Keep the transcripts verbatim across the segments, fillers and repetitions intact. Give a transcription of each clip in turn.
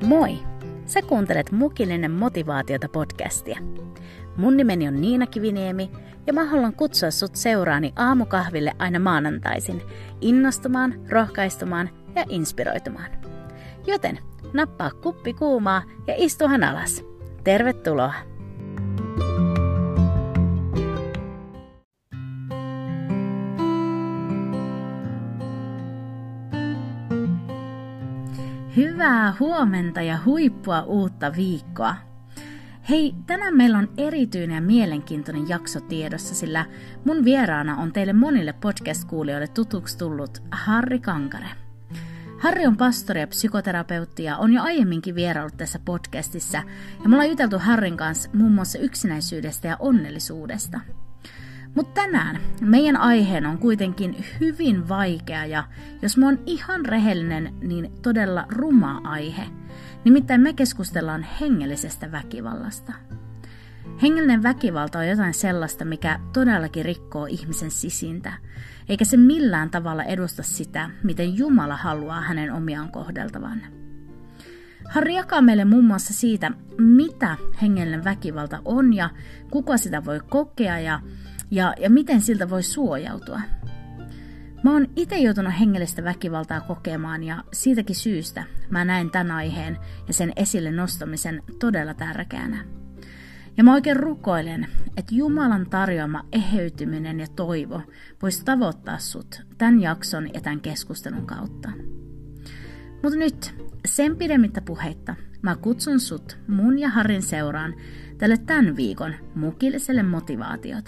Moi! Sä kuuntelet Mukillinen motivaatiota podcastia. Mun nimeni on Niina Kiviniemi ja mä haluan kutsua sut seuraani aamukahville aina maanantaisin innostumaan, rohkaistumaan ja inspiroitumaan. Joten nappaa kuppi kuumaa ja istuhan alas. Tervetuloa! Hyvää huomenta ja huippua uutta viikkoa. Hei, tänään meillä on erityinen ja mielenkiintoinen jakso tiedossa, sillä mun vieraana on teille monille podcast-kuulijoille tutuksi tullut Harri Kankare. Harri on pastori ja psykoterapeutti ja on jo aiemminkin vieraillut tässä podcastissa ja me ollaan juteltu Harrin kanssa muun muassa yksinäisyydestä ja onnellisuudesta. Mutta tänään meidän aiheena on kuitenkin hyvin vaikea ja jos mä oon ihan rehellinen, niin todella ruma aihe. Nimittäin me keskustellaan hengellisestä väkivallasta. Hengellinen väkivalta on jotain sellaista, mikä todellakin rikkoo ihmisen sisintä, eikä se millään tavalla edusta sitä, miten Jumala haluaa hänen omiaan kohdeltavan. Harri jakaa meille muun muassa siitä, mitä hengellinen väkivalta on ja kuka sitä voi kokea ja Ja, ja miten siltä voi suojautua. Mä oon itse joutunut hengellistä väkivaltaa kokemaan ja siitäkin syystä mä näen tämän aiheen ja sen esille nostamisen todella tärkeänä. Ja mä oikein rukoilen, että Jumalan tarjoama eheytyminen ja toivo voisi tavoittaa sut tämän jakson ja tämän keskustelun kautta. Mutta nyt, sen pidemmittä puheitta, mä kutsun sut mun ja Harrin seuraan tälle tämän viikon mukilliselle motivaatiota.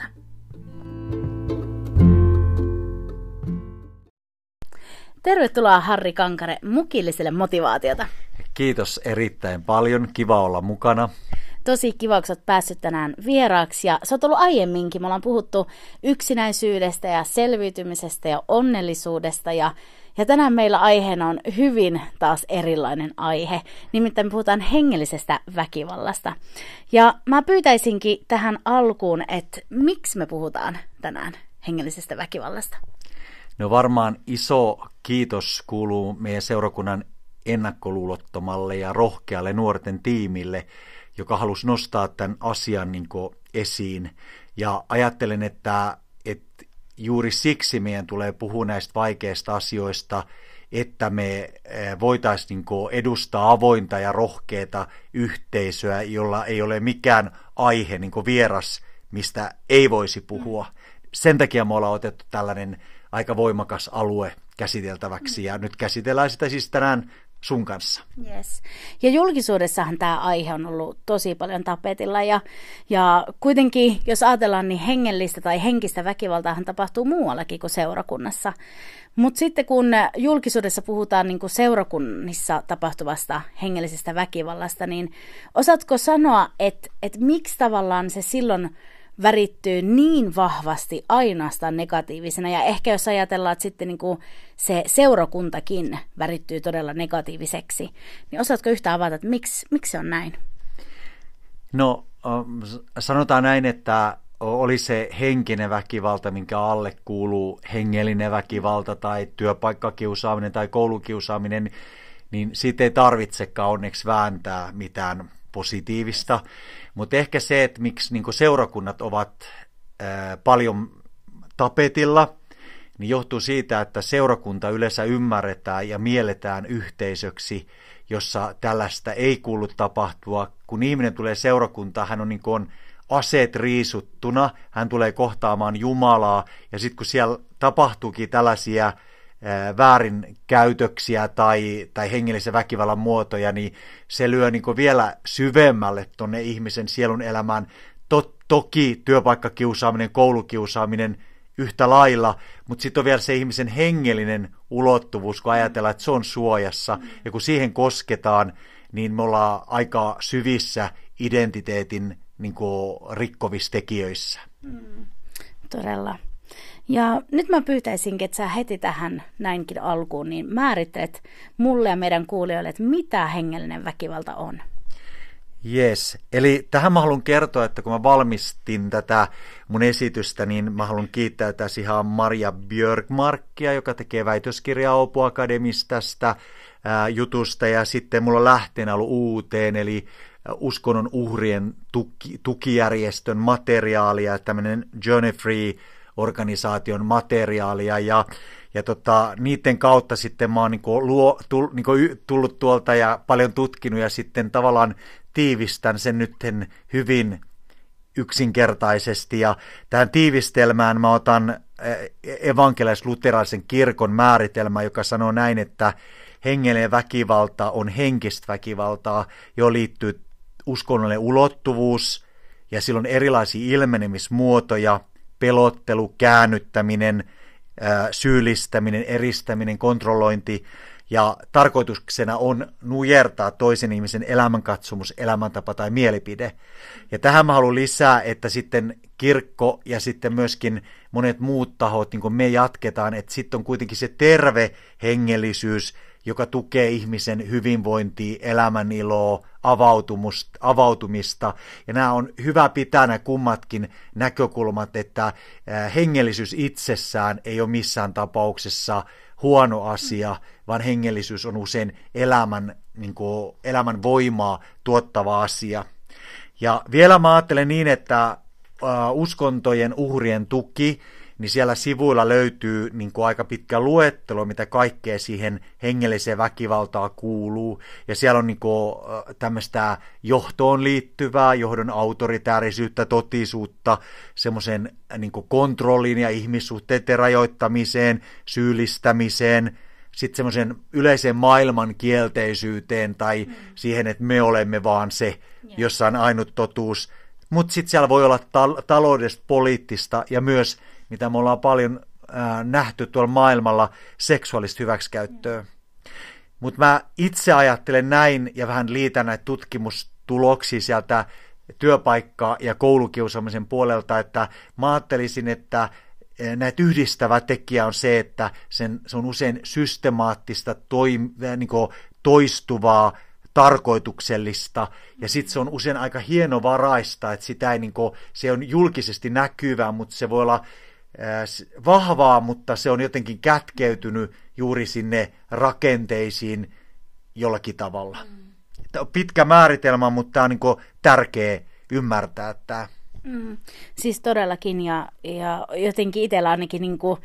Tervetuloa Harri Kankare Mukilliselle motivaatiota. Kiitos erittäin paljon. Kiva olla mukana. Tosi kiva, kun sä oot päässyt tänään vieraaksi. Ja sä oot ollut aiemminkin. Me ollaan puhuttu yksinäisyydestä ja selviytymisestä ja onnellisuudesta. Ja, ja tänään meillä aiheena on hyvin taas erilainen aihe. Nimittäin me puhutaan hengellisestä väkivallasta. Ja mä pyytäisinkin tähän alkuun, että miksi me puhutaan tänään hengellisestä väkivallasta? No varmaan iso kiitos kuuluu meidän seurakunnan ennakkoluulottomalle ja rohkealle nuorten tiimille, joka halusi nostaa tämän asian niin kuin esiin. Ja ajattelen, että, että juuri siksi meidän tulee puhua näistä vaikeista asioista, että me voitaisiin niin kuin edustaa avointa ja rohkeata yhteisöä, jolla ei ole mikään aihe niin kuin vieras, mistä ei voisi puhua. Sen takia me ollaan otettu tällainen aika voimakas alue käsiteltäväksi, ja nyt käsitellään sitä siis tänään sun kanssa. Yes. Ja julkisuudessahan tämä aihe on ollut tosi paljon tapetilla, ja, ja kuitenkin, jos ajatellaan, niin hengellistä tai henkistä väkivaltaahan tapahtuu muuallakin kuin seurakunnassa. Mutta sitten kun julkisuudessa puhutaan niin kuin seurakunnissa tapahtuvasta hengellisestä väkivallasta, niin osaatko sanoa, että et miksi tavallaan se silloin värittyy niin vahvasti ainoastaan negatiivisena, ja ehkä jos ajatellaan, että sitten niin kuin se seurakuntakin värittyy todella negatiiviseksi, niin osaatko yhtään avata, että miksi, miksi se on näin? No sanotaan näin, että oli se henkinen väkivalta, minkä alle kuuluu hengellinen väkivalta tai työpaikkakiusaaminen tai koulukiusaaminen, niin siitä ei tarvitsekaan onneksi vääntää mitään positiivista, mutta ehkä se, että miksi niin kuin seurakunnat ovat ää, paljon tapetilla, niin johtuu siitä, että seurakunta yleensä ymmärretään ja mielletään yhteisöksi, jossa tällaista ei kuulu tapahtua. Kun ihminen tulee seurakuntaan, hän on niin kuin aseet riisuttuna, hän tulee kohtaamaan Jumalaa, ja sitten kun siellä tapahtuukin tällaisia väärinkäytöksiä tai, tai hengellisen väkivallan muotoja, niin se lyö niin kuin vielä syvemmälle tuonne ihmisen sielun elämään. To, toki työpaikkakiusaaminen, koulukiusaaminen yhtä lailla, mutta sitten on vielä se ihmisen hengellinen ulottuvuus, kun ajatellaan, että se on suojassa, ja kun siihen kosketaan, niin me ollaan aika syvissä identiteetin niin kuin rikkovissa tekijöissä. Mm, todella. Ja nyt mä pyytäisinkin, että sä heti tähän näinkin alkuun, niin määrittelet mulle ja meidän kuulijoille, että mitä hengellinen väkivalta on. Yes, eli tähän mä haluan kertoa, että kun mä valmistin tätä mun esitystä, niin mä haluan kiittää tässä ihan Maria Björkmarkia, joka tekee väitöskirjaa Åbo Akademista tästä ää, jutusta, ja sitten mulla on lähteenä ollut uuteen, eli uskonnon uhrien tuki, tukijärjestön materiaalia, tämmöinen Journey Free-organisaation materiaalia, ja Ja tota, niiden kautta sitten mä oon niinku luo, tull, niinku tullut tuolta ja paljon tutkinut ja sitten tavallaan tiivistän sen nyt hyvin yksinkertaisesti. Ja tähän tiivistelmään mä otan evankelis-luterilaisen kirkon määritelmä, joka sanoo näin, että hengellinen väkivalta on henkistä väkivaltaa, johon liittyy uskonnollinen ulottuvuus ja sillä on erilaisia ilmenemismuotoja, pelottelu, käännyttäminen, syyllistäminen, eristäminen, kontrollointi, ja tarkoituksena on nujertaa toisen ihmisen elämänkatsomus, elämäntapa tai mielipide. Ja tähän mä haluan lisää, että sitten kirkko ja sitten myöskin monet muut tahot, niin kuin me jatketaan, että sitten on kuitenkin se terve hengellisyys, joka tukee ihmisen hyvinvointia, elämäniloa, avautumista. Ja nämä on hyvä pitää nämä kummatkin näkökulmat, että hengellisyys itsessään ei ole missään tapauksessa huono asia, vaan hengellisyys on usein elämän, niin kuin, elämän voimaa tuottava asia. Ja vielä mä ajattelen niin, että uskontojen uhrien tuki, niin siellä sivuilla löytyy niin kuin aika pitkä luettelo, mitä kaikkea siihen hengelliseen väkivaltaan kuuluu. Ja siellä on niin kuin tämmöistä johtoon liittyvää, johdon autoritäärisyyttä, totisuutta, semmoisen niin kuin kontrollin ja ihmissuhteiden rajoittamiseen, syyllistämiseen, sitten semmoisen yleisen maailman kielteisyyteen tai mm. siihen, että me olemme vaan se, yeah. jossa on ainut totuus. Mutta sitten siellä voi olla tal- taloudellista, poliittista ja myös, mitä me ollaan paljon äh, nähty tuolla maailmalla, seksuaalista hyväksikäyttöä. Mutta mä itse ajattelen näin ja vähän liitän näitä tutkimustuloksia sieltä työpaikka- ja koulukiusaamisen puolelta, että mä ajattelisin, että näitä yhdistävä tekijä on se, että sen, se on usein systemaattista, toi, niin kuin toistuvaa, tarkoituksellista, ja sitten se on usein aika hienovaraista, että sitä ei, niin kuin, se on julkisesti näkyvää, mutta se voi olla äh, vahvaa, mutta se on jotenkin kätkeytynyt juuri sinne rakenteisiin jollakin tavalla. Mm. Pitkä määritelmä, mutta tämä on niin kuin tärkeä ymmärtää tämä. Mm. Siis todellakin, ja, ja jotenkin itsellä ainakin niin kuin,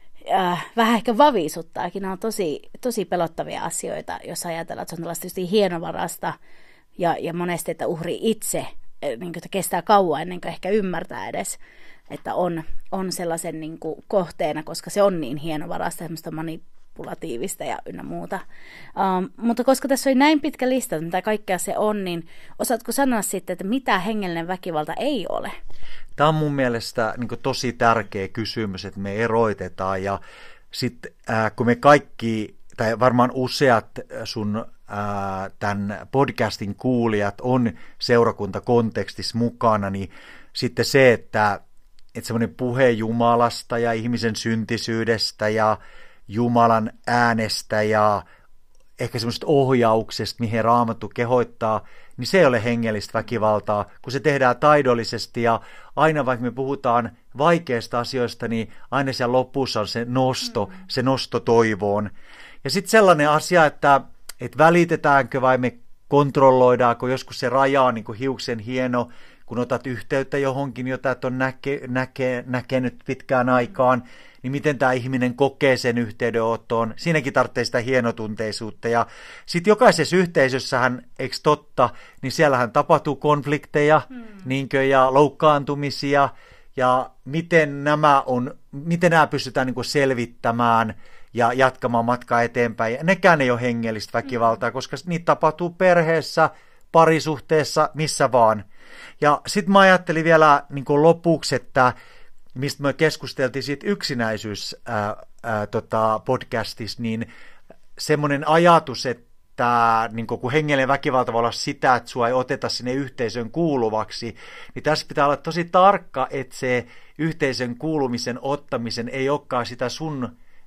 äh, vähän ehkä vavisuttaakin. Nämä on tosi, tosi pelottavia asioita, jos ajatellaan, että se on tällaista tietysti hienovarasta, ja, ja monesti, että uhri itse niin kuin, kestää kauan ennen kuin ehkä ymmärtää edes, että on, on sellaisen niin kuin, kohteena, koska se on niin hienovarasta, semmoista manipulatiivista ja ynnä muuta. Um, mutta koska tässä oli näin pitkä lista, mitä kaikkea se on, niin osaatko sanoa sitten, että mitä hengellinen väkivalta ei ole? Tämä on mun mielestä niin kuin tosi tärkeä kysymys, että me eroitetaan, ja sitten äh, kun me kaikki, tai varmaan useat sun äh, tämän podcastin kuulijat on seurakuntakontekstissa mukana, niin sitten se, että, että semmoinen puhe Jumalasta ja ihmisen syntisyydestä ja Jumalan äänestä ja ehkä semmoisesta ohjauksesta, mihin Raamattu kehoittaa, niin se ei ole hengellistä väkivaltaa, kun se tehdään taidollisesti, ja aina vaikka me puhutaan vaikeista asioista, niin aina siellä lopussa on se nosto, mm. se nosto toivoon. Ja sitten sellainen asia, että, että välitetäänkö vai me kontrolloidaanko, joskus se raja on niin kuin hiuksen hieno, kun otat yhteyttä johonkin, jota et on näke, näke, näkenyt pitkään aikaan, niin miten tämä ihminen kokee sen yhteydenottoon. Siinäkin tarvitsee sitä hienotunteisuutta. Ja sitten jokaisessa yhteisössähän, eikö totta, niin siellähän tapahtuu konflikteja hmm. niinkö, ja loukkaantumisia. Ja miten nämä, on, miten nämä pystytään niin kuin selvittämään ja jatkamaan matkaa eteenpäin. Ja nekään ei ole hengellistä väkivaltaa, hmm. koska niitä tapahtuu perheessä, parisuhteessa, missä vaan. Ja sitten mä ajattelin vielä niin kuin lopuksi, että mistä me keskusteltiin siitä yksinäisyys ää, ää, tota, podcastissa, niin semmoinen ajatus, että niin kun hengellinen väkivalta voi olla sitä, että sua ei oteta sinne yhteisön kuuluvaksi, niin tässä pitää olla tosi tarkka, että se yhteisön kuulumisen ottamisen ei olekaan sitä sun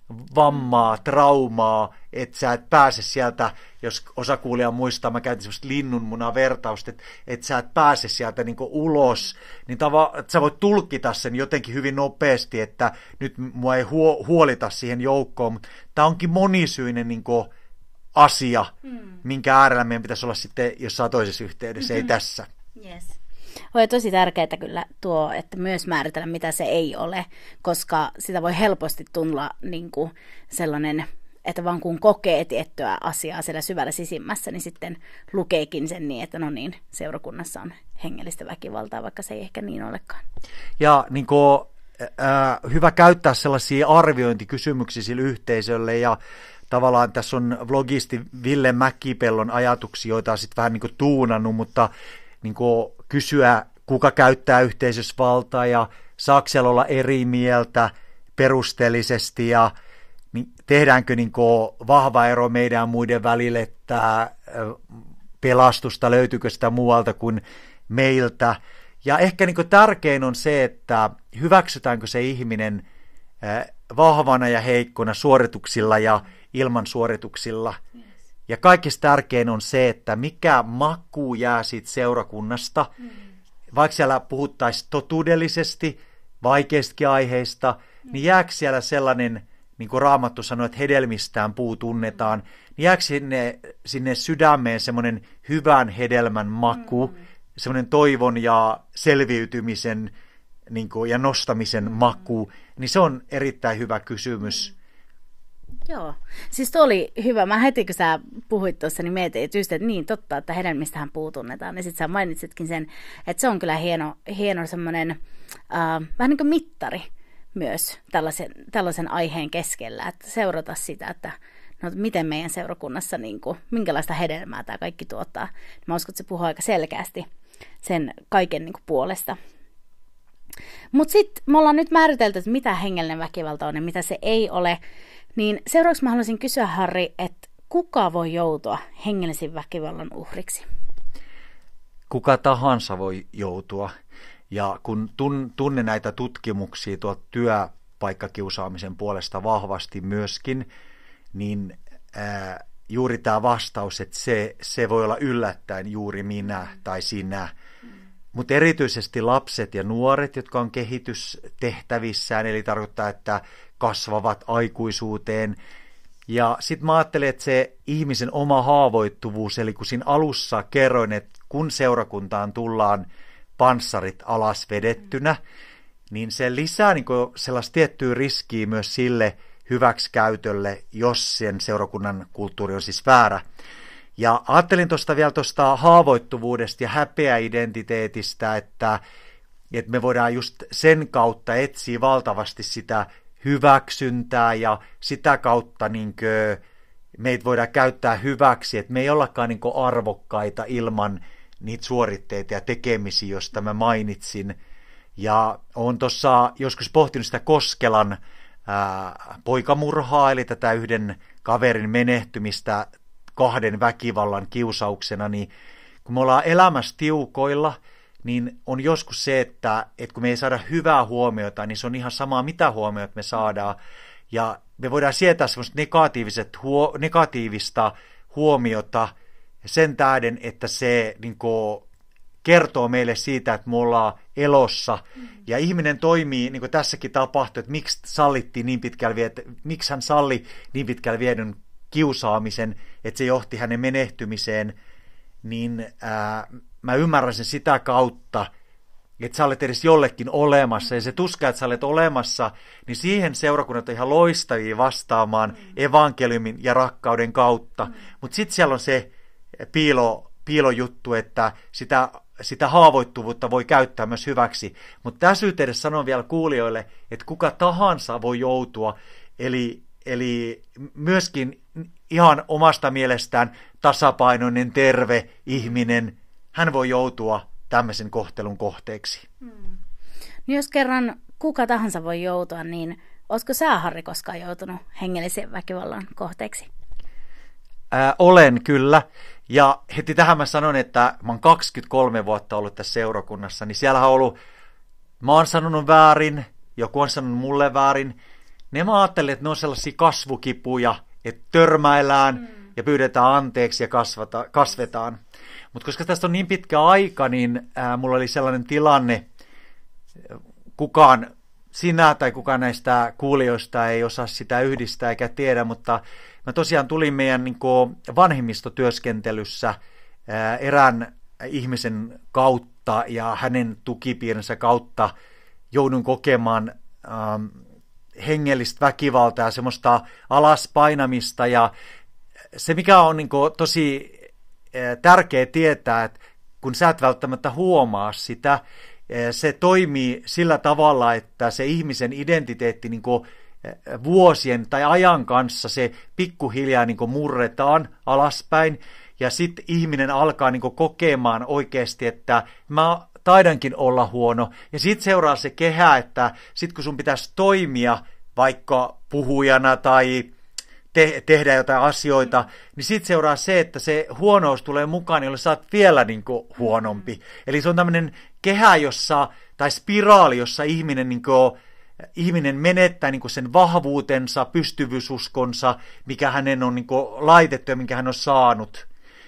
vammaa, traumaa, että sä et pääse sieltä, jos osa kuulija muistaa, mä käytin semmoista linnunmunavertausta, että et sä et pääse sieltä niinku ulos, niin tava, että sä voit tulkita sen jotenkin hyvin nopeasti, että nyt mua ei huo, huolita siihen joukkoon, mutta tämä onkin monisyinen niinku asia, mm. minkä äärellä meidän pitäisi olla sitten jossain toisessa yhteydessä, mm-hmm. ei tässä. Yes. On tosi tärkeää kyllä tuo, että myös määritellä, mitä se ei ole, koska sitä voi helposti tulla niin kuin sellainen, että vaan kun kokee tiettyä asiaa siellä syvällä sisimmässä, niin sitten lukeekin sen niin, että no niin, seurakunnassa on hengellistä väkivaltaa, vaikka se ei ehkä niin olekaan. Ja niin kuin, äh, hyvä käyttää sellaisia arviointikysymyksiä sille yhteisölle, ja tavallaan tässä on vlogisti Ville Mäkipellon ajatuksia, joita on sitten vähän niin kuin tuunannut, mutta niin kuin kysyä, kuka käyttää yhteisössä valtaa ja saako siellä olla eri mieltä perusteellisesti ja niin tehdäänkö niin kuin vahva ero meidän ja muiden välille, että pelastusta löytyykö sitä muualta kuin meiltä. Ja ehkä niin kuin tärkein on se, että hyväksytäänkö se ihminen vahvana ja heikkona suorituksilla ja ilman suorituksilla. Ja kaikista tärkein on se, että mikä maku jää siitä seurakunnasta, mm. vaikka siellä puhuttaisiin totuudellisesti vaikeistakin aiheista, mm. niin jääkö siellä sellainen, niin kuin Raamattu sanoi, että hedelmistään puu tunnetaan, niin jääkö sinne, sinne sydämeen semmoinen hyvän hedelmän maku, mm. semmoinen toivon ja selviytymisen niin kuin, ja nostamisen mm. maku, niin se on erittäin hyvä kysymys. Mm. Joo, siis tuo oli hyvä. Mä heti kun sä puhuit tuossa, niin mietin, että just, että niin totta, että hedelmistähän puu tunnetaan. Ja sitten sä mainitsitkin sen, että se on kyllä hieno, hieno semmoinen äh, vähän niin kuin mittari myös tällaisen, tällaisen aiheen keskellä, että seurata sitä, että no, miten meidän seurakunnassa, niin kuin, minkälaista hedelmää tämä kaikki tuottaa. Mä uskon, että se puhuu aika selkeästi sen kaiken niin kuin puolesta. Mutta sitten me ollaan nyt määritelty, että mitä hengellinen väkivalta on ja mitä se ei ole. Niin seuraavaksi mä haluaisin kysyä, Harri, että kuka voi joutua hengellisen väkivallan uhriksi? Kuka tahansa voi joutua. Ja kun tunnen näitä tutkimuksia tuolta työpaikkakiusaamisen puolesta vahvasti myöskin, niin ää, juuri tämä vastaus, että se, se voi olla yllättäen juuri minä tai sinä. Mm. Mutta erityisesti lapset ja nuoret, jotka on kehitystehtävissään, eli tarkoittaa, että kasvavat aikuisuuteen. Ja sitten mä ajattelen, että se ihmisen oma haavoittuvuus, eli kun siinä alussa kerroin, että kun seurakuntaan tullaan panssarit alas vedettynä, niin se lisää niin kuin sellaista tiettyä riskiä myös sille hyväksikäytölle, jos sen seurakunnan kulttuuri on siis väärä. Ja ajattelin tuosta vielä tuosta haavoittuvuudesta ja häpeäidentiteetistä, että, että me voidaan just sen kautta etsiä valtavasti sitä hyväksyntää ja sitä kautta niin kuin meitä voidaan käyttää hyväksi, että me ei ollakaan niin kuin arvokkaita ilman niitä suoritteita ja tekemisiä, joista mä mainitsin. Ja olen tuossa joskus pohtinut sitä Koskelan ää, poikamurhaa, eli tätä yhden kaverin menehtymistä kahden väkivallan kiusauksena, niin kun me ollaan elämässä tiukoilla, niin on joskus se, että, että kun me ei saada hyvää huomiota, niin se on ihan sama, mitä huomiota me saadaan. Ja me voidaan sietää semmoista negatiiviset, huo, negatiivista huomiota sen tähden, että se niin kuin, kertoo meille siitä, että me ollaan elossa. Mm. Ja ihminen toimii, niin kuin tässäkin tapahtui, että miksi, sallittiin niin pitkälle, miksi hän salli niin pitkälle viedyn kiusaamisen, että se johti hänen menehtymiseen, niin ää, mä ymmärrän sen sitä kautta, että sä olet edes jollekin olemassa, ja se tuska, että sä olet olemassa, niin siihen seurakunnat on ihan loistavia vastaamaan mm. evankeliumin ja rakkauden kautta. Mm. Mutta sitten siellä on se piilo, piilojuttu, että sitä, sitä haavoittuvuutta voi käyttää myös hyväksi. Mutta tässä yhteydessä sanon vielä kuulijoille, että kuka tahansa voi joutua, eli, eli myöskin ihan omasta mielestään tasapainoinen, terve ihminen, hän voi joutua tämmöisen kohtelun kohteeksi. Hmm. No jos kerran kuka tahansa voi joutua, niin olisiko sä, Harri, koskaan joutunut hengellisen väkivallan kohteeksi? Ää, olen kyllä. Ja heti tähän mä sanon, että mä oon kaksikymmentäkolme vuotta ollut tässä seurakunnassa, niin siellä on ollut, mä oon sanonut väärin, joku on sanonut mulle väärin, ne mä ajattelin, että ne on sellaisia kasvukipuja, että törmäillään mm. ja pyydetään anteeksi ja kasvata, kasvetaan. Mutta koska tästä on niin pitkä aika, niin ää, mulla oli sellainen tilanne, kukaan sinä tai kukaan näistä kuulijoista ei osaa sitä yhdistää eikä tiedä, mutta mä tosiaan tulin meidän niin kuin vanhemmistotyöskentelyssä ää, erään ihmisen kautta ja hänen tukipiirinsä kautta joudun kokemaan ähm, hengellistä väkivaltaa ja semmoista alaspainamista. Ja se, mikä on niin kuin tosi äh, tärkeä tietää, että kun sä et välttämättä huomaa sitä, äh, se toimii sillä tavalla, että se ihmisen identiteetti niin kuin äh, vuosien tai ajan kanssa se pikkuhiljaa niin kuin murretaan alaspäin. Ja sitten ihminen alkaa niinku kokemaan oikeasti, että mä taidankin olla huono. Ja sitten seuraa se kehä, että sitten kun sun pitäisi toimia vaikka puhujana tai te- tehdä jotain asioita, niin sitten seuraa se, että se huonous tulee mukaan, jolle sä oot vielä niinku huonompi. Eli se on tämmöinen kehä, jossa, tai spiraali, jossa ihminen, niinku, ihminen menettää niinku sen vahvuutensa, pystyvyysuskonsa, mikä hänen on niinku laitettu ja minkä hän on saanut.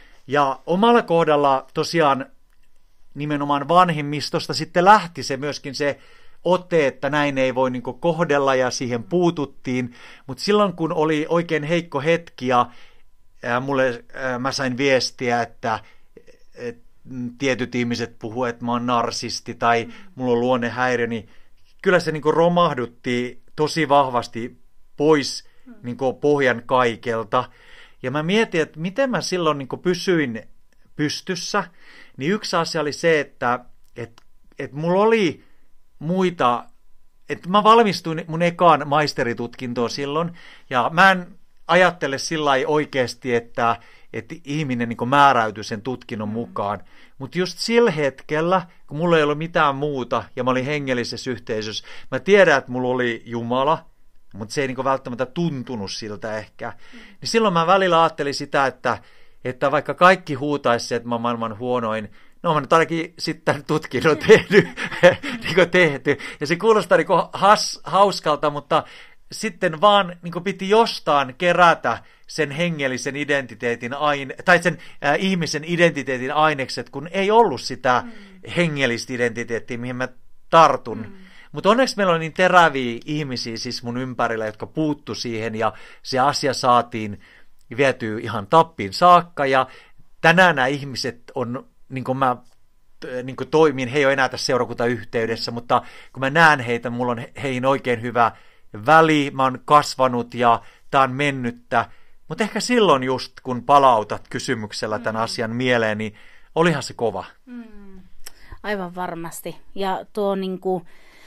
Ja omalla kohdalla tosiaan nimenomaan vanhemmistosta sitten lähti se myöskin se ote, että näin ei voi niin kuin kohdella ja siihen puututtiin. Mutta silloin kun oli oikein heikko hetki ja ää, mulle, ää, mä sain viestiä, että et, tietyt ihmiset puhuu, että mä oon narsisti tai mulla on luonnehäiriö, niin kyllä se niin kuin romahdutti tosi vahvasti pois niin kuin pohjan kaikelta. Ja mä mietin, että miten mä silloin niin kuin pysyin pystyssä, niin yksi asia oli se, että et, et mulla oli muita, että mä valmistuin mun ekaan maisteritutkintoon silloin, ja mä en ajattele sillä lailla oikeasti, että, että ihminen niin kuin määräytyi sen tutkinnon mukaan. Mutta just sillä hetkellä, kun mulla ei ollut mitään muuta, ja mä olin hengellisessä yhteisössä, mä tiedän, että mulla oli Jumala, mutta se ei niin välttämättä tuntunut siltä ehkä. Mm. Niin silloin mä välillä ajattelin sitä, että, että vaikka kaikki huutaisi, että mä oon maailman huonoin, no mä nyt ainakin sitten tutkinnon tehty, niin tehty. Ja se kuulostaa niin has, hauskalta, mutta sitten vaan niin piti jostain kerätä sen hengellisen identiteetin aine, tai sen äh, ihmisen identiteetin ainekset, kun ei ollut sitä mm. hengellistä identiteettiä, mihin mä tartun. Mm. Mutta onneksi meillä on niin teräviä ihmisiä siis mun ympärillä, jotka puuttu siihen ja se asia saatiin vietyä ihan tappiin saakka. Ja tänään nämä ihmiset on, niin kuin mä niin kuin toimin, he ei ole enää tässä seurakuntayhteydessä, mutta kun mä näen heitä, mulla on heihin oikein hyvä väli, mä oon kasvanut ja tää on mennyttä. Mutta ehkä silloin just, kun palautat kysymyksellä tämän mm. asian mieleen, niin olihan se kova. Mm. Aivan varmasti. Ja tuo niinku...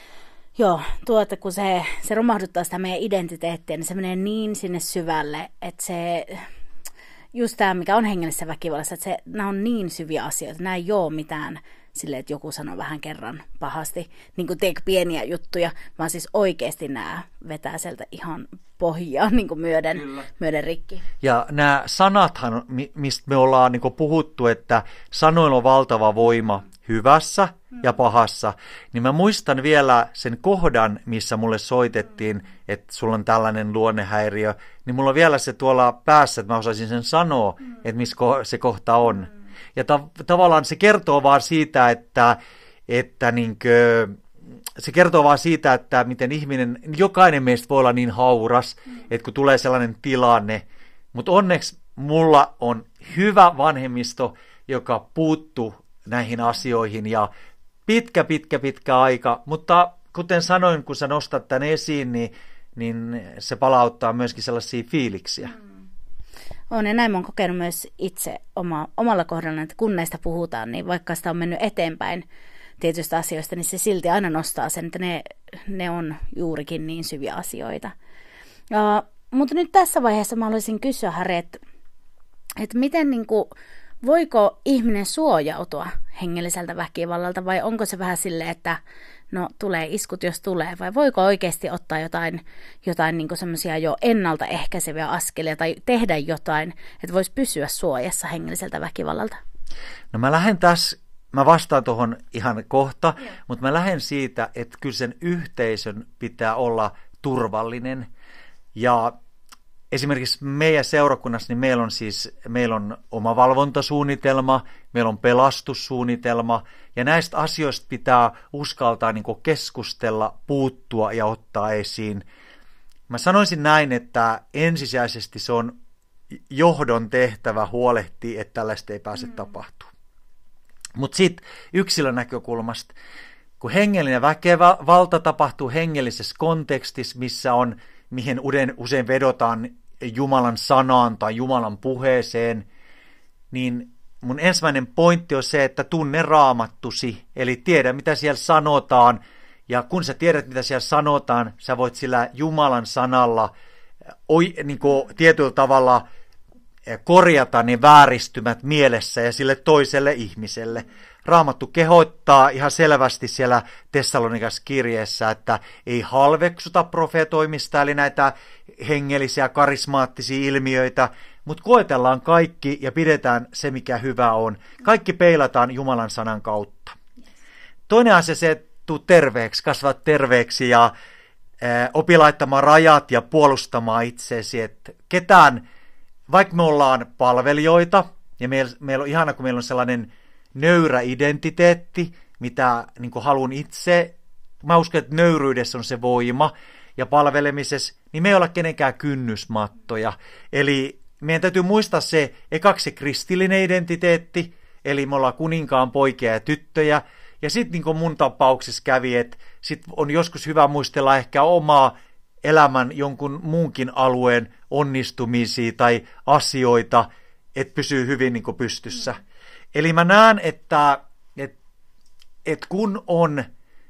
Joo, tuo, että kun se, se romahduttaa sitä meidän identiteettiä, niin se menee niin sinne syvälle, että se, just tämä, mikä on hengellisessä väkivallassa, että se, nämä on niin syviä asioita, nämä ei ole mitään silleen, että joku sanoo vähän kerran pahasti, niin kuin teekö pieniä juttuja, vaan siis oikeasti nämä vetää sieltä ihan pohjaa niin kuin myöden, myöden rikki. Ja nämä sanathan, mistä me ollaan niin kuin puhuttu, että sanoilla on valtava voima hyvässä ja pahassa, niin mä muistan vielä sen kohdan, missä mulle soitettiin, että sulla on tällainen luonnehäiriö, niin mulla on vielä se tuolla päässä, että mä osaisin sen sanoa, että missä se kohta on. Ja ta- tavallaan se kertoo vaan siitä, että, että niinkö, se kertoo vaan siitä, että miten ihminen, jokainen meistä voi olla niin hauras, että kun tulee sellainen tilanne, mutta onneksi mulla on hyvä vanhemmisto, joka puuttuu näihin asioihin ja pitkä, pitkä, pitkä aika, mutta kuten sanoin, kun sä nostat tämän esiin, niin, niin se palauttaa myöskin sellaisia fiiliksiä. Mm. On, ja näin mä oon kokenut myös itse oma, omalla kohdalla, että kun näistä puhutaan, niin vaikka sitä on mennyt eteenpäin tietystä asioista, niin se silti aina nostaa sen, että ne, ne on juurikin niin syviä asioita. Ja, mutta nyt tässä vaiheessa mä haluaisin kysyä, Harri, että, että miten niin kuin, voiko ihminen suojautua hengelliseltä väkivallalta, vai onko se vähän silleen, että no tulee iskut, jos tulee, vai voiko oikeasti ottaa jotain, jotain niin semmoisia jo ennaltaehkäiseviä askelia tai tehdä jotain, että voisi pysyä suojassa hengelliseltä väkivallalta? No mä lähden tässä, mä vastaan tuohon ihan kohta, yeah. mutta mä lähden siitä, että kyllä sen yhteisön pitää olla turvallinen. Ja esimerkiksi meidän seurakunnassa, niin meillä on siis meillä on oma valvontasuunnitelma, meillä on pelastussuunnitelma, ja näistä asioista pitää uskaltaa niin kuin keskustella, puuttua ja ottaa esiin. Mä sanoisin näin, että ensisijaisesti se on johdon tehtävä huolehtia, että tällaista ei pääse mm. tapahtumaan. Mutta sitten yksilön näkökulmasta, kun hengellinen väkivalta tapahtuu hengellisessä kontekstissa, missä on, mihin usein, usein vedotaan Jumalan sanaan tai Jumalan puheeseen, niin mun ensimmäinen pointti on se, että tunne raamattusi, eli tiedä mitä siellä sanotaan, ja kun sä tiedät mitä siellä sanotaan, sä voit sillä Jumalan sanalla oi, niin kuin tietyllä tavalla korjata ne vääristymät mielessä ja sille toiselle ihmiselle. Raamattu kehottaa ihan selvästi siellä Tessalonikas kirjeessä, että ei halveksuta profetoimista, eli näitä hengellisiä karismaattisia ilmiöitä, mutta koetellaan kaikki ja pidetään se, mikä hyvä on. Kaikki peilataan Jumalan sanan kautta. Toinen asia se, että tuu terveeksi, kasvat terveeksi ja ää, opi laittamaan rajat ja puolustamaan itseesi, että ketään, vaikka me ollaan palvelijoita, ja meillä, meillä on ihana, kun meillä on sellainen nöyrä identiteetti, mitä niin kuin haluan itse. Mä uskon, että nöyryydessä on se voima, ja palvelemisessa, niin me ei olla kenenkään kynnysmattoja. Eli meidän täytyy muistaa se ekaksi se kristillinen identiteetti, eli me ollaan kuninkaan poikia ja tyttöjä, ja sitten niin kuin mun tapauksessa kävi, että sit on joskus hyvä muistella ehkä omaa elämän jonkun muunkin alueen onnistumisia tai asioita, että pysyy hyvin niin kuin pystyssä. Mm. Eli mä näen, että, että, että kun on äh,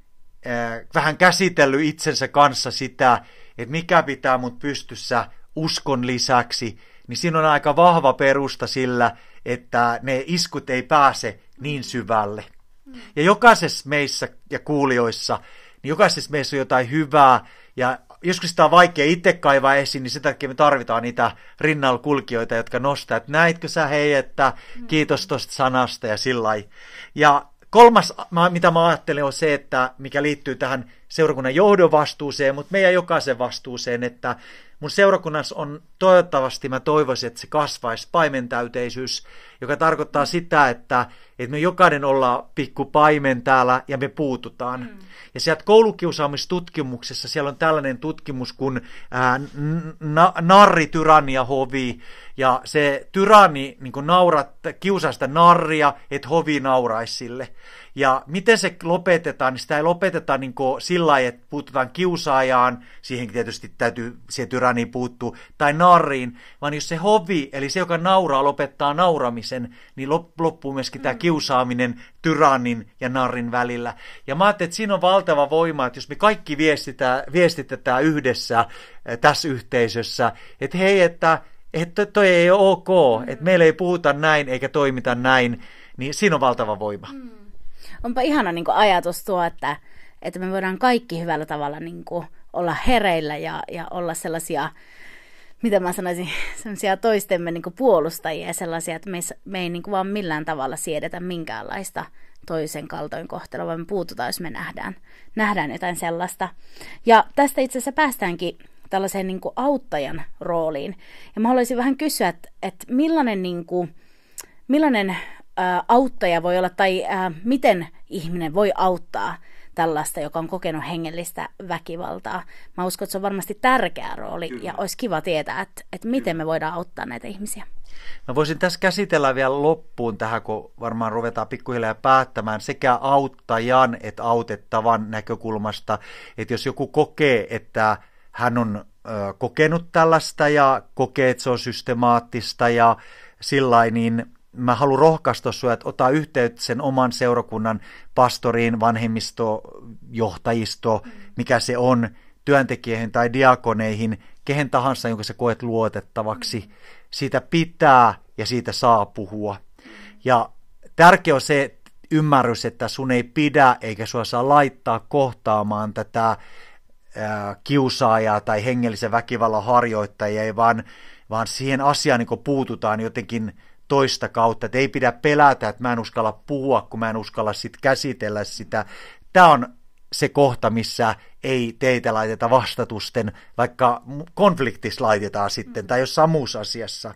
vähän käsitellyt itsensä kanssa sitä, että mikä pitää mut pystyssä uskon lisäksi, niin siinä on aika vahva perusta sillä, että ne iskut ei pääse niin syvälle. Mm. Ja jokaisessa meissä ja kuulijoissa, niin jokaisessa meissä on jotain hyvää, ja joskus sitä on vaikea itse kaivaa esiin, niin sen takia me tarvitaan niitä rinnalla kulkijoita, jotka nostaa, että näitkö sä hei, että kiitos tosta sanasta ja sillä lailla. Ja kolmas, mitä mä ajattelen, on se, että mikä liittyy tähän seurakunnan johdon vastuuseen, mutta meidän jokaisen vastuuseen, että mun seurakunnassa on toivottavasti, mä toivoisin, että se kasvaisi paimentäyteisyys, joka tarkoittaa sitä, että, että me jokainen ollaan pikku paimen täällä ja me puututaan. Mm. Ja sieltä koulukiusaamistutkimuksessa siellä on tällainen tutkimus kuin ää, na, narri, tyranni ja hovi. Ja se tyranni niin naurat, kiusaa sitä narria, että hovi nauraisi sille. Ja miten se lopetetaan, niin sitä ei lopeteta niin sillä lailla, että puututaan kiusaajaan, siihen tietysti täytyy siihen tyranniin puuttua, tai narriin, vaan jos se hovi, eli se, joka nauraa, lopettaa nauramisen, niin loppuu myöskin tämä kiusaaminen tyrannin ja narrin välillä. Ja mä ajattelin, että siinä on valtava voima, että jos me kaikki viestitään, viestitetään yhdessä tässä yhteisössä, että hei, että että toi ei ole ok, mm. että meillä ei puhuta näin eikä toimita näin, niin siinä on valtava voima. Mm. Onpa ihana niin kuin ajatus tuo, että, että me voidaan kaikki hyvällä tavalla niin kuin olla hereillä ja, ja olla sellaisia, mitä mä sanoisin, sellaisia toistemme niin kuin puolustajia ja sellaisia, että me, me ei niin kuin vaan millään tavalla siedetä minkäänlaista toisen kaltoinkohtelua, vaan me puututaan, jos me nähdään, nähdään jotain sellaista. Ja tästä itse asiassa päästäänkin tällaiseen niin kuin auttajan rooliin. Ja mä haluaisin vähän kysyä, että, että millainen, niin kuin, millainen ää, auttaja voi olla, tai ää, miten ihminen voi auttaa tällaista, joka on kokenut hengellistä väkivaltaa. Mä uskon, että se on varmasti tärkeä rooli, Kyllä. ja olisi kiva tietää, että, että miten me voidaan auttaa näitä ihmisiä. Mä voisin tässä käsitellä vielä loppuun tähän, kun varmaan ruvetaan pikkuhiljaa päättämään sekä auttajan että autettavan näkökulmasta, että jos joku kokee, että hän on ö, kokenut tällaista ja kokee, että se on systemaattista ja sillain, niin mä haluan rohkaista sinua, että ota yhteyttä sen oman seurakunnan pastoriin, vanhemmisto, johtajisto, mikä se on, työntekijöihin tai diakoneihin, kehen tahansa, jonka sä koet luotettavaksi. Siitä pitää ja siitä saa puhua. Ja tärkeä on se ymmärrys, että sun ei pidä eikä sua saa laittaa kohtaamaan tätä kiusaajaa tai hengellisen väkivallan harjoittajia, vaan, vaan siihen asiaan niin puututaan jotenkin toista kautta, että ei pidä pelätä, että mä en uskalla puhua, kun mä en uskalla sit käsitellä sitä. Tämä on se kohta, missä ei teitä laiteta vastatusten, vaikka konfliktissa laitetaan sitten, tai jossain muussa asiassa.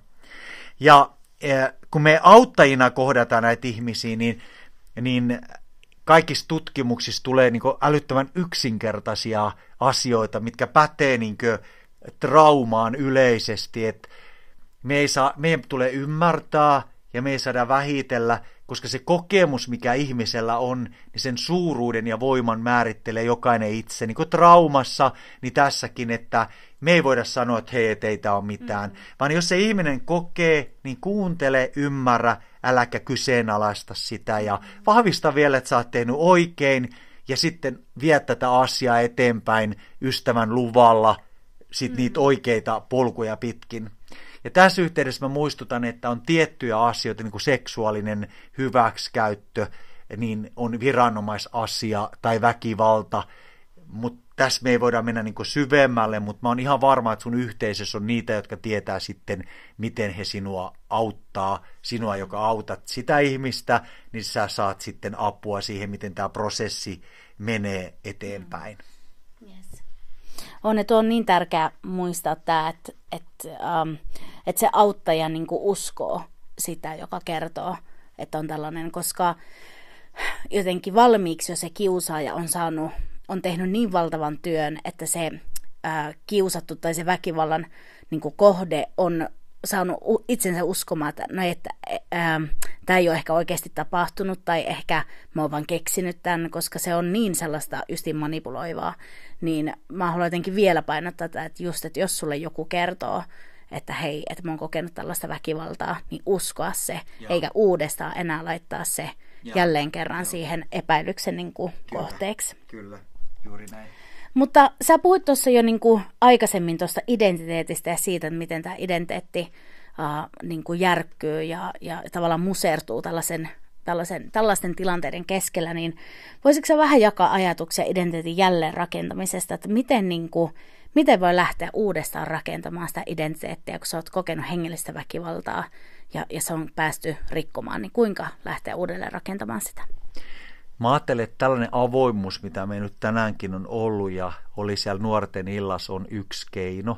Ja kun me auttajina kohdataan näitä ihmisiä, niin, niin kaikissa tutkimuksissa tulee niin kuin älyttömän yksinkertaisia asioita, mitkä pätee niin kuin traumaan yleisesti, että me ei saa, meidän tulee ymmärtää ja me ei saada vähitellä, koska se kokemus, mikä ihmisellä on, niin sen suuruuden ja voiman määrittelee jokainen itse. Niin kuin traumassa, niin tässäkin, että me ei voida sanoa, että hei, teitä on mitään. Mm. Vaan jos se ihminen kokee, niin kuuntele, ymmärrä, äläkä kyseenalaista sitä ja vahvista vielä, että sä oot tehnyt oikein ja sitten vie tätä asiaa eteenpäin ystävän luvalla sit mm. niitä oikeita polkuja pitkin. Ja tässä yhteydessä mä muistutan, että on tiettyjä asioita, niin kuin seksuaalinen hyväksikäyttö, niin on viranomaisasia tai väkivalta, mutta tässä me ei voida mennä niin kuin syvemmälle, mutta mä oon ihan varma, että sun yhteisössä on niitä, jotka tietää sitten, miten he sinua auttaa, sinua, joka autat sitä ihmistä, niin sä saat sitten apua siihen, miten tämä prosessi menee eteenpäin. Yes. On, että on niin tärkeää muistaa tämä, että, että, um, että se auttaja niin kuin uskoo sitä, joka kertoo, että on tällainen, koska jotenkin valmiiksi jo se kiusaaja on saanut, on tehnyt niin valtavan työn, että se ää, kiusattu tai se väkivallan niin kuin kohde on saanut itsensä uskomaan, että, no, että ää, tämä ei ole ehkä oikeasti tapahtunut tai ehkä mä oon vaan keksinyt tämän, koska se on niin sellaista justiin manipuloivaa, niin mä haluan jotenkin vielä painottaa tätä, että just, että jos sulle joku kertoo, että hei, että mä oon kokenut tällaista väkivaltaa, niin uskoa se, ja eikä uudestaan enää laittaa se ja jälleen kerran ja siihen epäilyksen niin kuin kohteeksi. Kyllä, juuri näin. Mutta sä puhuit tuossa jo niin kuin aikaisemmin tuosta identiteetistä ja siitä, että miten tämä identiteetti uh, niin kuin järkkyy ja, ja tavallaan musertuu tällaisen, tällaisen, tällaisten tilanteiden keskellä, niin voisitko sä vähän jakaa ajatuksia identiteetin jälleenrakentamisesta, että miten, niin kuin, miten voi lähteä uudestaan rakentamaan sitä identiteettiä, kun sä oot kokenut hengellistä väkivaltaa ja, ja se on päästy rikkomaan, niin kuinka lähteä uudelleen rakentamaan sitä? Mä ajattelen, että tällainen avoimuus, mitä me nyt tänäänkin on ollut ja oli siellä nuorten illassa, on yksi keino.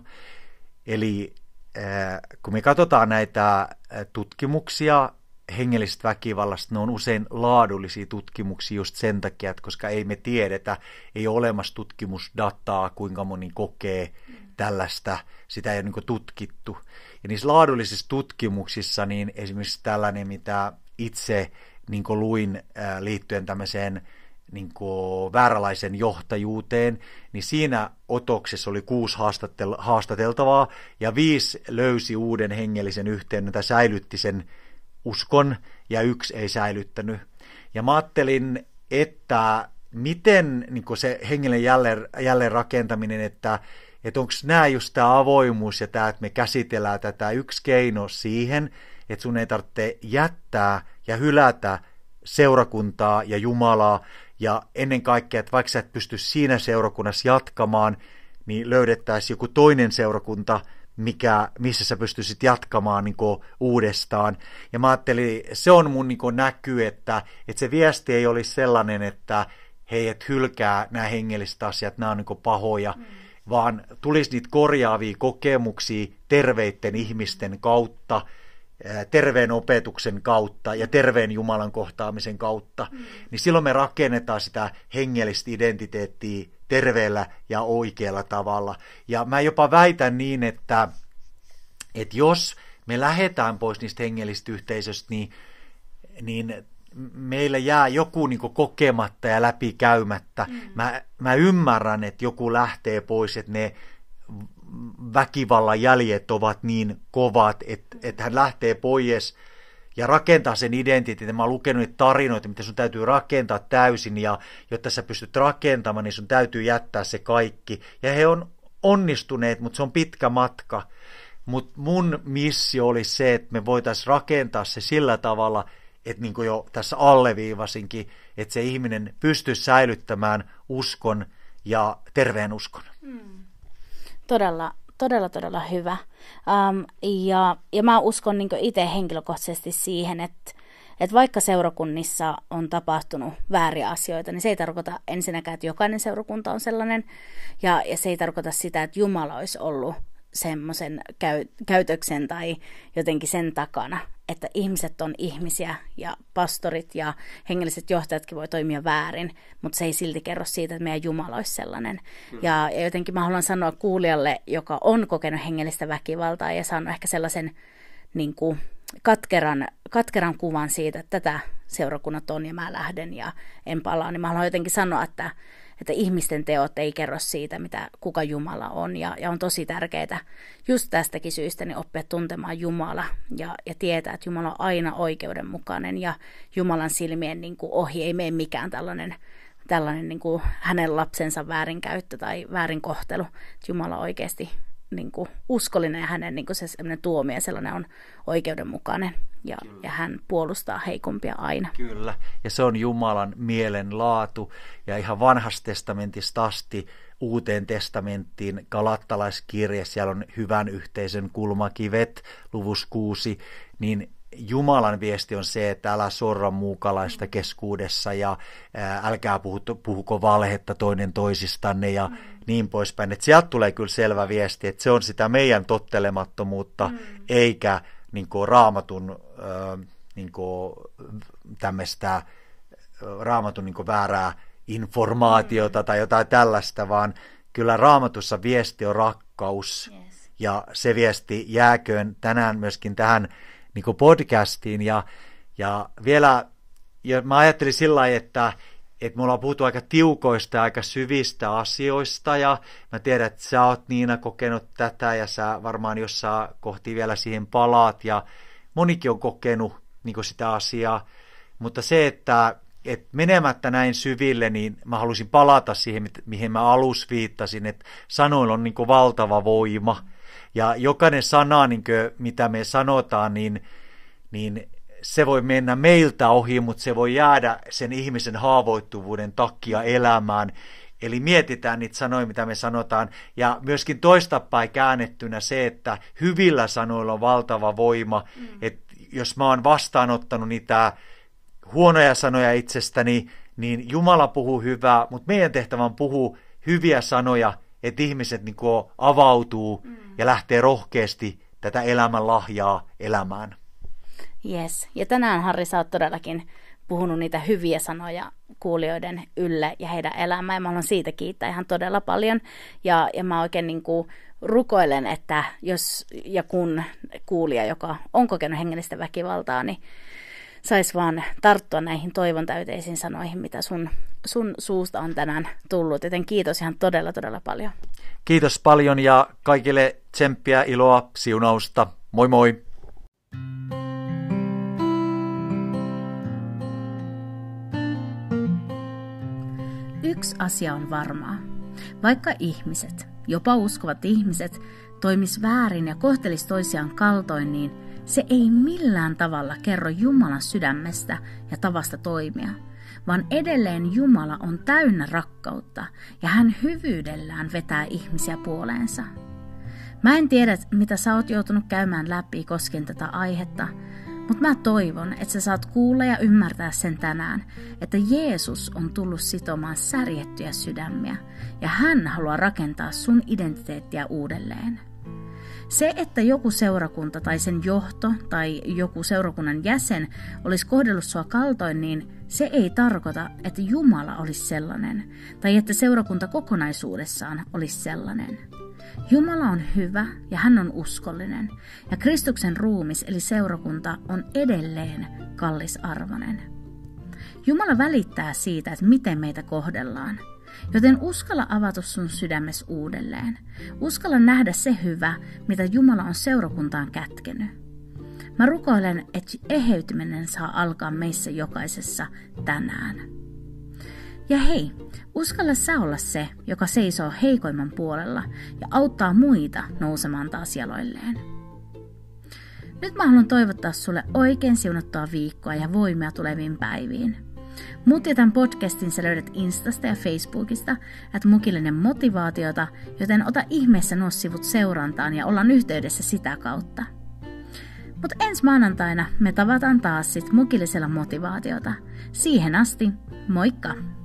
Eli äh, kun me katsotaan näitä tutkimuksia hengellisestä väkivallasta, ne on usein laadullisia tutkimuksia just sen takia, että koska ei me tiedetä, ei ole olemassa tutkimusdataa, kuinka moni kokee tällaista, sitä ei ole niin tutkittu. Ja niissä laadullisissa tutkimuksissa, niin esimerkiksi tällainen, mitä itse niin kuin luin ää, liittyen tämmöiseen niin kuin vääränlaisen johtajuuteen, niin siinä otoksessa oli kuusi haastatel- haastateltavaa ja viisi löysi uuden hengellisen yhteyden, tai säilytti sen uskon ja yksi ei säilyttänyt. Ja mä ajattelin, että miten niin kuin se hengellinen jälleen, jälleen rakentaminen, että, että onko nämä just tämä avoimuus ja tämä, että me käsitellään tätä yksi keino siihen, että sun ei tarvitse jättää ja hylätä seurakuntaa ja Jumalaa, ja ennen kaikkea, että vaikka sä et pysty siinä seurakunnassa jatkamaan, niin löydettäisiin joku toinen seurakunta, mikä, missä sä pystyisit jatkamaan niin kuin uudestaan. Ja mä ajattelin, se on mun niin kuin näky, että, että se viesti ei olisi sellainen, että hei, et hylkää nämä hengelliset asiat, nämä on niin kuin pahoja, mm. vaan tulisi niitä korjaavia kokemuksia terveiden ihmisten kautta, terveen opetuksen kautta ja terveen Jumalan kohtaamisen kautta, mm. niin silloin me rakennetaan sitä hengellistä identiteettiä terveellä ja oikealla tavalla. Ja mä jopa väitän niin, että, että jos me lähdetään pois niistä hengellisistä yhteisöistä, niin, niin meillä jää joku niin kuin kokematta ja läpikäymättä. Mm. Mä, mä ymmärrän, että joku lähtee pois, että ne väkivallan jäljet ovat niin kovat, että, että hän lähtee pois ja rakentaa sen identiteetin. Mä oon lukenut niitä tarinoita, mitä sun täytyy rakentaa täysin, ja jotta sä pystyt rakentamaan, niin sun täytyy jättää se kaikki. Ja he on onnistuneet, mutta se on pitkä matka. Mutta mun missio oli se, että me voitaisiin rakentaa se sillä tavalla, että niin kuin jo tässä alleviivasinkin, että se ihminen pystyisi säilyttämään uskon ja terveen uskon. Hmm. Todella, todella, todella hyvä. Um, ja, ja mä uskon niin itse henkilökohtaisesti siihen, että, Että vaikka seurakunnissa on tapahtunut vääriä asioita, niin se ei tarkoita ensinnäkään, että jokainen seurakunta on sellainen. Ja, ja se ei tarkoita sitä, että Jumala olisi ollut semmoisen käy, käytöksen tai jotenkin sen takana, että ihmiset on ihmisiä ja pastorit ja hengelliset johtajatkin voi toimia väärin, mutta se ei silti kerro siitä, että meidän Jumala olisi sellainen. Hmm. Ja, ja jotenkin mä haluan sanoa kuulijalle, joka on kokenut hengellistä väkivaltaa ja saanut ehkä sellaisen niin kuin katkeran, katkeran kuvan siitä, että tätä seurakunnat on ja mä lähden ja en palaa, niin mä haluan jotenkin sanoa, että että ihmisten teot ei kerro siitä, mitä, kuka Jumala on. Ja, ja on tosi tärkeää just tästäkin syystä niin oppia tuntemaan Jumala ja, ja tietää, että Jumala on aina oikeudenmukainen ja Jumalan silmien niin kuin ohi ei mene mikään tällainen, tällainen niin kuin hänen lapsensa väärinkäyttö tai väärinkohtelu. Että Jumala on oikeasti niin kuin uskollinen ja hänen niin kuin se sellainen tuomio sellainen on oikeudenmukainen. Ja, ja hän puolustaa heikompia aina. Kyllä, ja se on Jumalan mielenlaatu. Ja ihan vanhasta testamentista asti Uuteen testamenttiin, Galattalaiskirje, siellä on hyvän yhteisön kulmakivet, luvus kuusi, niin Jumalan viesti on se, että älä sorra muukalaista keskuudessa ja ää, älkää puhuto, puhuko valhetta toinen toisistanne ja mm. niin poispäin. Et sieltä tulee kyllä selvä viesti, että se on sitä meidän tottelemattomuutta, mm. eikä niin kuin raamatun niin kuin tämmöistä raamatun niin kuin väärää informaatiota tai jotain tällaista, vaan kyllä raamatussa viesti on rakkaus. Yes. Ja se viesti jääköön tänään myöskin tähän niin kuin podcastiin. Ja, ja vielä ja mä ajattelin sillä lailla, että, että me ollaan puhuttu aika tiukoista ja aika syvistä asioista, ja mä tiedän, että sä oot Niina kokenut tätä, ja sä varmaan jossain kohti vielä siihen palaat, ja monikin on kokenut niin kuin sitä asiaa, mutta se, että, että menemättä näin syville, niin mä halusin palata siihen, mihin mä alus viittasin, että sanoilla on niin kuin valtava voima, ja jokainen sana, niin kuin, mitä me sanotaan, niin, niin se voi mennä meiltä ohi, mutta se voi jäädä sen ihmisen haavoittuvuuden takia elämään. Eli mietitään niitä sanoja, mitä me sanotaan. Ja myöskin toistapäin käännettynä se, että hyvillä sanoilla on valtava voima. Mm. Että jos mä oon vastaanottanut niitä huonoja sanoja itsestäni, niin Jumala puhuu hyvää, mutta meidän tehtävä on puhua hyviä sanoja, että ihmiset niin kuin avautuu mm. ja lähtee rohkeasti tätä elämän lahjaa elämään. Yes. Ja tänään, Harri, sä oot todellakin puhunut niitä hyviä sanoja kuulijoiden ylle ja heidän elämään. Ja mä haluan siitä kiittää ihan todella paljon. Ja, ja mä oikein niin kuin rukoilen, että jos ja kun kuulija, joka on kokenut hengellistä väkivaltaa, niin saisi vaan tarttua näihin toivon täyteisiin sanoihin, mitä sun, sun suusta on tänään tullut. Joten kiitos ihan todella, todella paljon. Kiitos paljon ja kaikille tsemppiä, iloa, siunausta. Moi moi! Yksi asia on varmaa. Vaikka ihmiset, jopa uskovat ihmiset, toimis väärin ja kohtelis toisiaan kaltoin, niin se ei millään tavalla kerro Jumalan sydämestä ja tavasta toimia, vaan edelleen Jumala on täynnä rakkautta ja hän hyvyydellään vetää ihmisiä puoleensa. Mä en tiedä, mitä sä oot joutunut käymään läpi koskien tätä aihetta, mutta mä toivon, että sä saat kuulla ja ymmärtää sen tänään, että Jeesus on tullut sitomaan särjettyjä sydämiä ja hän haluaa rakentaa sun identiteettiä uudelleen. Se, että joku seurakunta tai sen johto tai joku seurakunnan jäsen olisi kohdellut sua kaltoin, niin se ei tarkoita, että Jumala olisi sellainen tai että seurakunta kokonaisuudessaan olisi sellainen. Jumala on hyvä ja hän on uskollinen ja Kristuksen ruumis eli seurakunta on edelleen kallisarvoinen. Jumala välittää siitä, että miten meitä kohdellaan. Joten uskalla avata sun sydämes uudelleen. Uskalla nähdä se hyvä, mitä Jumala on seurakuntaan kätkenyt. Mä rukoilen, että eheytyminen saa alkaa meissä jokaisessa tänään. Ja hei, uskalla sä olla se, joka seisoo heikoimman puolella ja auttaa muita nousemaan taas jaloilleen. Nyt mä haluan toivottaa sulle oikein siunattua viikkoa ja voimia tuleviin päiviin. Mut ja tämän podcastin sä löydät Instasta ja Facebookista, että Mukillinen motivaatiota, joten ota ihmeessä nuo sivut seurantaan ja ollaan yhteydessä sitä kautta. Mutta ensi maanantaina me tavataan taas sit mukillisella motivaatiota. Siihen asti, moikka!